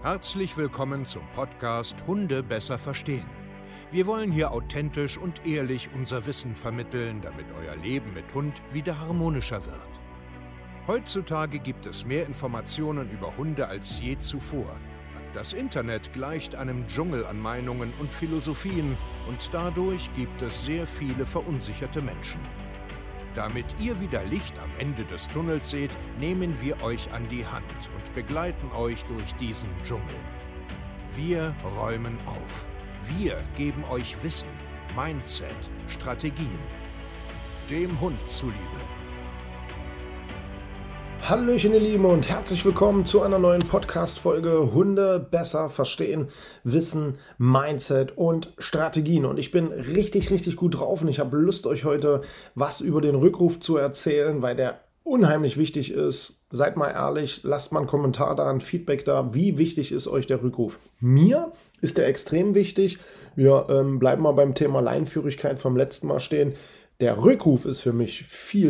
Herzlich willkommen zum Podcast Hunde besser verstehen. Wir wollen hier authentisch und ehrlich unser Wissen vermitteln, damit euer Leben mit Hund wieder harmonischer wird. Heutzutage gibt es mehr Informationen über Hunde als je zuvor. Das Internet gleicht einem Dschungel an Meinungen und Philosophien und dadurch gibt es sehr viele verunsicherte Menschen. Damit ihr wieder Licht am Ende des Tunnels seht, nehmen wir euch an die Hand und begleiten euch durch diesen Dschungel. Wir räumen auf. Wir geben euch Wissen, Mindset, Strategien. Dem Hund zuliebe. Hallöchen ihr Lieben und herzlich willkommen zu einer neuen Podcast-Folge Hunde besser verstehen, Wissen, Mindset und Strategien. Und ich bin richtig gut drauf und ich habe Lust, euch heute was über den Rückruf zu erzählen, weil der unheimlich wichtig ist. Seid mal ehrlich, lasst mal einen Kommentar da, ein Feedback da. Wie wichtig ist euch der Rückruf? Mir ist der extrem wichtig. Wir bleiben mal beim Thema Leinenführigkeit vom letzten Mal stehen. Der Rückruf ist für mich viel,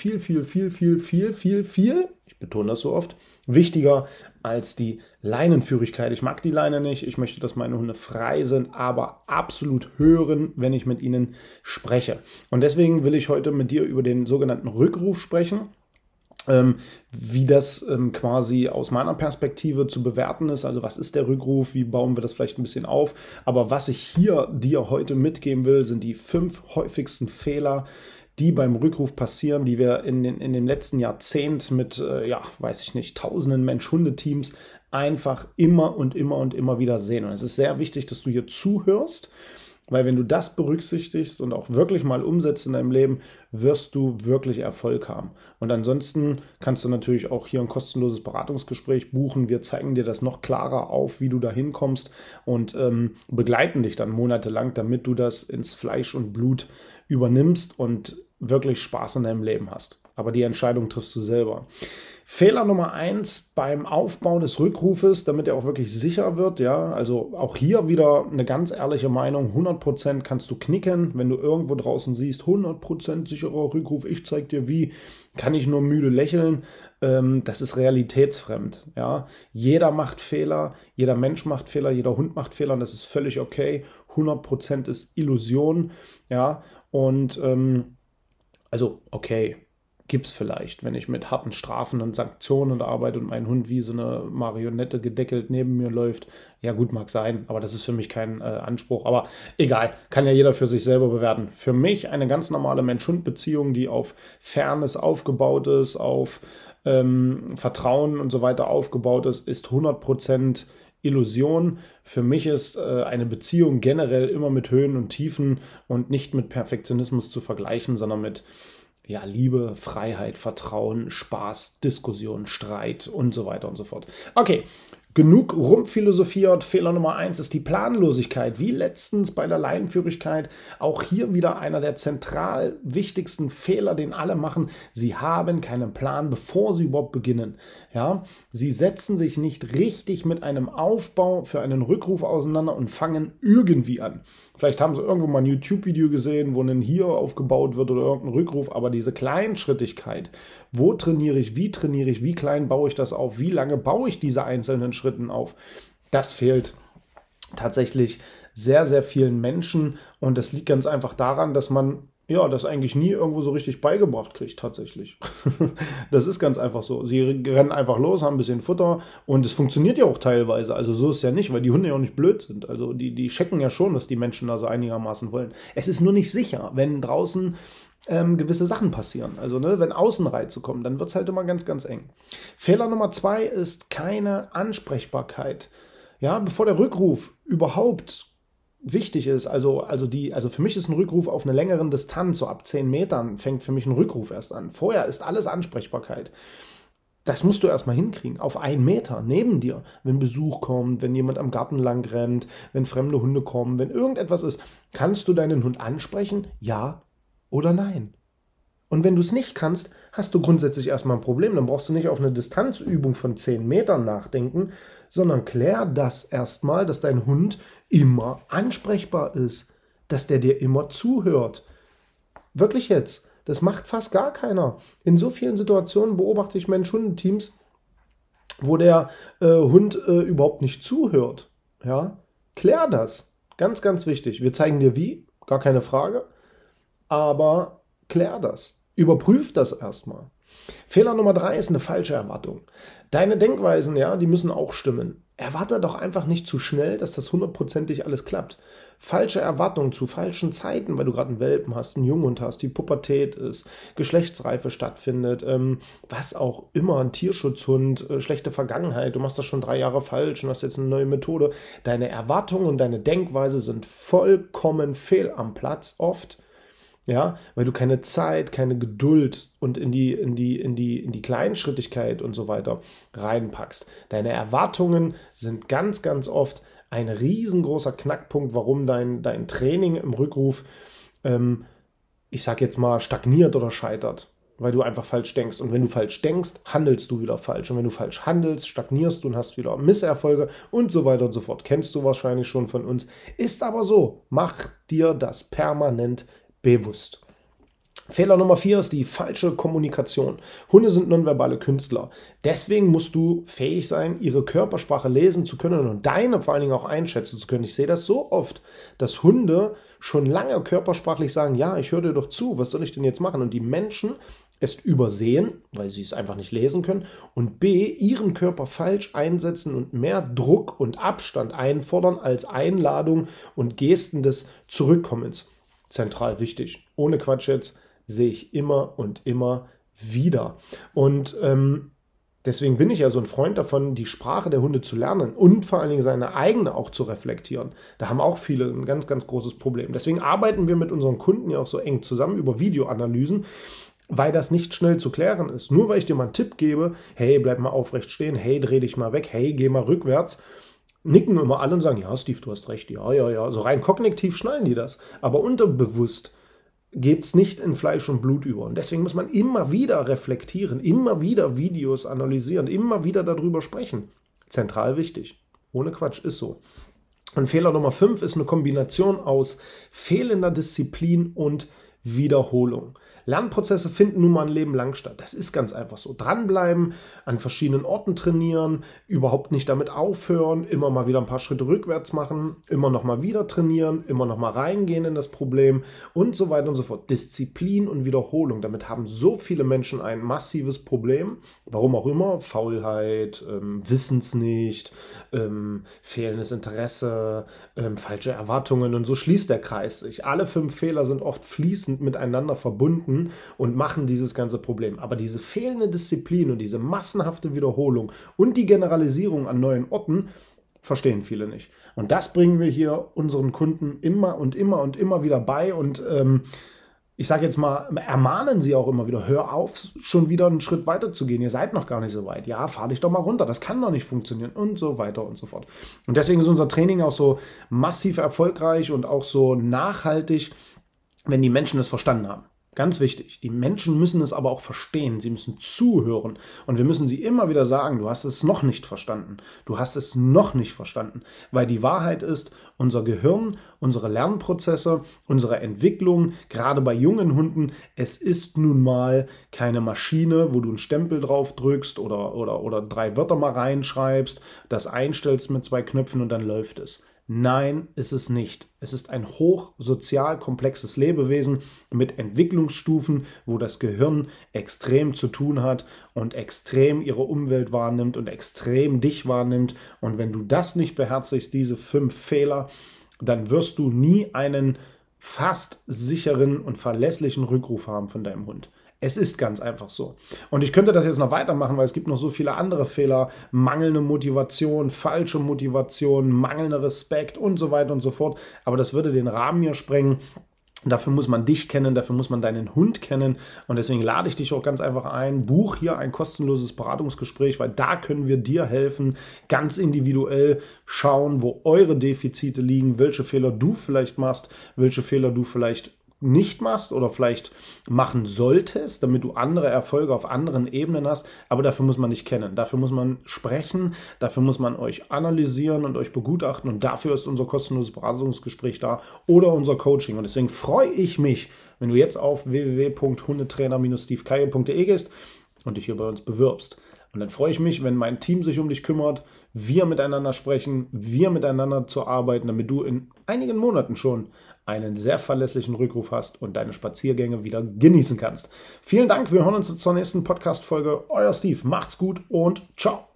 ich betone das so oft, wichtiger als die Leinenführigkeit. Ich mag die Leine nicht, ich möchte, dass meine Hunde frei sind, aber absolut hören, wenn ich mit ihnen spreche. Und deswegen will ich heute mit dir über den sogenannten Rückruf sprechen. Wie das quasi aus meiner Perspektive zu bewerten ist. Also was ist der Rückruf, wie bauen wir das vielleicht ein bisschen auf. Aber was ich hier dir heute mitgeben will, sind die 5 häufigsten Fehler, die beim Rückruf passieren, die wir in dem letzten Jahrzehnt mit, tausenden Mensch-Hunde-Teams einfach immer wieder sehen. Und es ist sehr wichtig, dass du hier zuhörst. Weil wenn du das berücksichtigst und auch wirklich mal umsetzt in deinem Leben, wirst du wirklich Erfolg haben. Und ansonsten kannst du natürlich auch hier ein kostenloses Beratungsgespräch buchen. Wir zeigen dir das noch klarer auf, wie du da hinkommst und begleiten dich dann monatelang, damit du das ins Fleisch und Blut übernimmst und wirklich Spaß in deinem Leben hast. Aber die Entscheidung triffst du selber. Fehler Nummer 1 beim Aufbau des Rückrufes, damit er auch wirklich sicher wird, ja, also auch hier wieder eine ganz ehrliche Meinung, 100% kannst du knicken, wenn du irgendwo draußen siehst, 100% sicherer Rückruf, ich zeig dir wie, kann ich nur müde lächeln, das ist realitätsfremd, ja, jeder macht Fehler, jeder Mensch macht Fehler, jeder Hund macht Fehler und das ist völlig okay, 100% ist Illusion, ja, und okay, gibt es vielleicht, wenn ich mit harten Strafen und Sanktionen arbeite und mein Hund wie so eine Marionette gedeckelt neben mir läuft. Ja gut, mag sein, aber das ist für mich kein Anspruch. Aber egal, kann ja jeder für sich selber bewerten. Für mich eine ganz normale Mensch-Hund-Beziehung, die auf Fairness aufgebaut ist, auf Vertrauen und so weiter aufgebaut ist 100% Illusion. Für mich ist eine Beziehung generell immer mit Höhen und Tiefen und nicht mit Perfektionismus zu vergleichen, sondern mit Liebe, Freiheit, Vertrauen, Spaß, Diskussion, Streit und so weiter und so fort. Okay, genug rumphilosophiert. Fehler Nummer 1 ist die Planlosigkeit. Wie letztens bei der Leinenführigkeit, auch hier wieder einer der zentral wichtigsten Fehler, den alle machen. Sie haben keinen Plan, bevor sie überhaupt beginnen. Ja, sie setzen sich nicht richtig mit einem Aufbau für einen Rückruf auseinander und fangen irgendwie an. Vielleicht haben sie irgendwo mal ein YouTube-Video gesehen, wo ein Hier aufgebaut wird oder irgendein Rückruf, aber diese Kleinschrittigkeit, wo trainiere ich, wie klein baue ich das auf, wie lange baue ich diese einzelnen Schritten auf, das fehlt tatsächlich sehr, sehr vielen Menschen und das liegt ganz einfach daran, dass man das eigentlich nie irgendwo so richtig beigebracht kriegt tatsächlich. Das ist ganz einfach so. Sie rennen einfach los, haben ein bisschen Futter und es funktioniert ja auch teilweise. Also so ist es ja nicht, weil die Hunde ja auch nicht blöd sind. Also die checken ja schon, was die Menschen da so einigermaßen wollen. Es ist nur nicht sicher, wenn draußen gewisse Sachen passieren. Also wenn Außenreize kommen, dann wird es halt immer ganz eng. Fehler Nummer 2 ist keine Ansprechbarkeit. Ja, bevor der Rückruf überhaupt wichtig ist, also für mich ist ein Rückruf auf einer längeren Distanz, so ab 10 Metern fängt für mich ein Rückruf erst an. Vorher ist alles Ansprechbarkeit. Das musst du erstmal hinkriegen, auf 1 Meter neben dir, wenn Besuch kommt, wenn jemand am Garten lang rennt, wenn fremde Hunde kommen, wenn irgendetwas ist, kannst du deinen Hund ansprechen, ja oder nein? Und wenn du es nicht kannst, hast du grundsätzlich erstmal ein Problem. Dann brauchst du nicht auf eine Distanzübung von 10 Metern nachdenken, sondern klär das erstmal, dass dein Hund immer ansprechbar ist, dass der dir immer zuhört. Wirklich jetzt. Das macht fast gar keiner. In so vielen Situationen beobachte ich Mensch-Hunde-Teams, wo der Hund überhaupt nicht zuhört. Ja? Klär das. Ganz, ganz wichtig. Wir zeigen dir wie, gar keine Frage, aber klär das. Überprüf das erstmal. Fehler Nummer 3 ist eine falsche Erwartung. Deine Denkweisen, ja, die müssen auch stimmen. Erwarte doch einfach nicht zu schnell, dass das 100%ig alles klappt. Falsche Erwartungen zu falschen Zeiten, weil du gerade einen Welpen hast, einen Junghund hast, die Pubertät ist, Geschlechtsreife stattfindet, was auch immer, ein Tierschutzhund, schlechte Vergangenheit, du machst das schon 3 Jahre falsch und hast jetzt eine neue Methode. Deine Erwartungen und deine Denkweise sind vollkommen fehl am Platz oft. Ja, weil du keine Zeit, keine Geduld und in die Kleinschrittigkeit und so weiter reinpackst. Deine Erwartungen sind ganz, ganz oft ein riesengroßer Knackpunkt, warum dein Training im Rückruf, ich sag jetzt mal, stagniert oder scheitert. Weil du einfach falsch denkst. Und wenn du falsch denkst, handelst du wieder falsch. Und wenn du falsch handelst, stagnierst du und hast wieder Misserfolge und so weiter und so fort. Kennst du wahrscheinlich schon von uns. Ist aber so. Mach dir das permanent bewusst. Fehler Nummer 4 ist die falsche Kommunikation. Hunde sind nonverbale Künstler. Deswegen musst du fähig sein, ihre Körpersprache lesen zu können und deine vor allen Dingen auch einschätzen zu können. Ich sehe das so oft, dass Hunde schon lange körpersprachlich sagen, ja, ich höre dir doch zu, was soll ich denn jetzt machen? Und die Menschen es übersehen, weil sie es einfach nicht lesen können und B, ihren Körper falsch einsetzen und mehr Druck und Abstand einfordern als Einladung und Gesten des Zurückkommens. Zentral wichtig. Ohne Quatsch jetzt, sehe ich immer und immer wieder. Und deswegen bin ich ja so ein Freund davon, die Sprache der Hunde zu lernen und vor allen Dingen seine eigene auch zu reflektieren. Da haben auch viele ein ganz, ganz großes Problem. Deswegen arbeiten wir mit unseren Kunden ja auch so eng zusammen über Videoanalysen, weil das nicht schnell zu klären ist. Nur weil ich dir mal einen Tipp gebe, hey, bleib mal aufrecht stehen, hey, dreh dich mal weg, hey, geh mal rückwärts, nicken immer alle und sagen, ja, Steve, du hast recht, ja. So rein kognitiv schnallen die das. Aber unterbewusst geht es nicht in Fleisch und Blut über. Und deswegen muss man immer wieder reflektieren, immer wieder Videos analysieren, immer wieder darüber sprechen. Zentral wichtig. Ohne Quatsch, ist so. Und Fehler Nummer 5 ist eine Kombination aus fehlender Disziplin und Wiederholung. Lernprozesse finden nun mal ein Leben lang statt. Das ist ganz einfach so. Dranbleiben, an verschiedenen Orten trainieren, überhaupt nicht damit aufhören, immer mal wieder ein paar Schritte rückwärts machen, immer noch mal wieder trainieren, immer noch mal reingehen in das Problem und so weiter und so fort. Disziplin und Wiederholung. Damit haben so viele Menschen ein massives Problem. Warum auch immer. Faulheit, Wissens nicht, fehlendes Interesse, falsche Erwartungen und so schließt der Kreis sich. Alle 5 Fehler sind oft fließend miteinander verbunden und machen dieses ganze Problem. Aber diese fehlende Disziplin und diese massenhafte Wiederholung und die Generalisierung an neuen Orten verstehen viele nicht. Und das bringen wir hier unseren Kunden immer und immer und immer wieder bei und ich sage jetzt mal, ermahnen sie auch immer wieder, hör auf, schon wieder einen Schritt weiter zu gehen, ihr seid noch gar nicht so weit. Ja, fahr dich doch mal runter, das kann doch nicht funktionieren und so weiter und so fort. Und deswegen ist unser Training auch so massiv erfolgreich und auch so nachhaltig, wenn die Menschen es verstanden haben. Ganz wichtig, die Menschen müssen es aber auch verstehen, sie müssen zuhören und wir müssen sie immer wieder sagen, du hast es noch nicht verstanden, du hast es noch nicht verstanden, weil die Wahrheit ist, unser Gehirn, unsere Lernprozesse, unsere Entwicklung, gerade bei jungen Hunden, es ist nun mal keine Maschine, wo du einen Stempel drauf drückst oder 3 Wörter mal reinschreibst, das einstellst mit 2 Knöpfen und dann läuft es. Nein, ist es nicht. Es ist ein hochsozial komplexes Lebewesen mit Entwicklungsstufen, wo das Gehirn extrem zu tun hat und extrem ihre Umwelt wahrnimmt und extrem dich wahrnimmt. Und wenn du das nicht beherzigst, diese 5 Fehler, dann wirst du nie einen fast sicheren und verlässlichen Rückruf haben von deinem Hund. Es ist ganz einfach so. Und ich könnte das jetzt noch weitermachen, weil es gibt noch so viele andere Fehler. Mangelnde Motivation, falsche Motivation, mangelnder Respekt und so weiter und so fort. Aber das würde den Rahmen hier sprengen. Dafür muss man dich kennen, dafür muss man deinen Hund kennen. Und deswegen lade ich dich auch ganz einfach ein. Buch hier ein kostenloses Beratungsgespräch, weil da können wir dir helfen, ganz individuell schauen, wo eure Defizite liegen, welche Fehler du vielleicht machst, welche Fehler du vielleicht nicht machst oder vielleicht machen solltest, damit du andere Erfolge auf anderen Ebenen hast, aber dafür muss man dich kennen, dafür muss man sprechen, dafür muss man euch analysieren und euch begutachten und dafür ist unser kostenloses Beratungsgespräch da oder unser Coaching und deswegen freue ich mich, wenn du jetzt auf www.hundetrainer-stevekeier.de gehst und dich hier bei uns bewirbst. Und dann freue ich mich, wenn mein Team sich um dich kümmert, wir miteinander sprechen, wir miteinander zu arbeiten, damit du in einigen Monaten schon einen sehr verlässlichen Rückruf hast und deine Spaziergänge wieder genießen kannst. Vielen Dank, wir hören uns zur nächsten Podcast-Folge. Euer Steve, macht's gut und ciao.